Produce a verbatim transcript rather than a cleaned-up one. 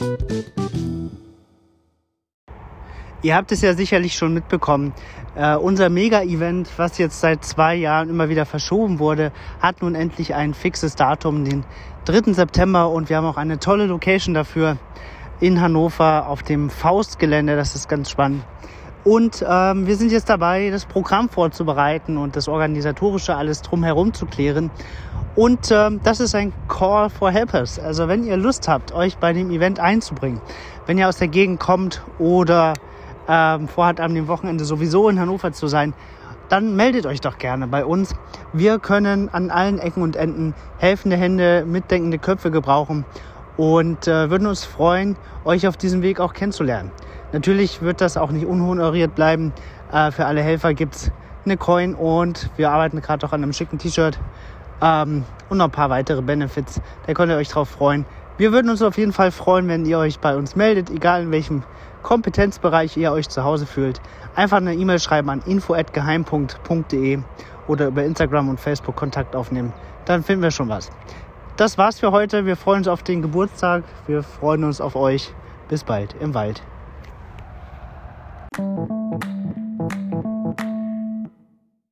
Ihr habt es ja sicherlich schon mitbekommen. Äh, unser Mega-Event, was jetzt seit zwei Jahren immer wieder verschoben wurde, hat nun endlich ein fixes Datum, den dritten September. Und wir haben auch eine tolle Location dafür in Hannover auf dem Faustgelände. Das ist ganz spannend. Und ähm, wir sind jetzt dabei, das Programm vorzubereiten und das Organisatorische alles drumherum zu klären. Und ähm, das ist ein Call for Helpers. Also wenn ihr Lust habt, euch bei dem Event einzubringen, wenn ihr aus der Gegend kommt oder ähm, vorhat, am dem Wochenende sowieso in Hannover zu sein, dann meldet euch doch gerne bei uns. Wir können an allen Ecken und Enden helfende Hände, mitdenkende Köpfe gebrauchen und äh, würden uns freuen, euch auf diesem Weg auch kennenzulernen. Natürlich wird das auch nicht unhonoriert bleiben. Äh, für alle Helfer gibt's eine Coin und wir arbeiten gerade auch an einem schicken T-Shirt ähm, und noch ein paar weitere Benefits. Da könnt ihr euch drauf freuen. Wir würden uns auf jeden Fall freuen, wenn ihr euch bei uns meldet, egal in welchem Kompetenzbereich ihr euch zu Hause fühlt. Einfach eine E-Mail schreiben an info at geheimpunkt punkt de oder über Instagram und Facebook Kontakt aufnehmen. Dann finden wir schon was. Das war's für heute. Wir freuen uns auf den Geburtstag. Wir freuen uns auf euch. Bis bald im Wald.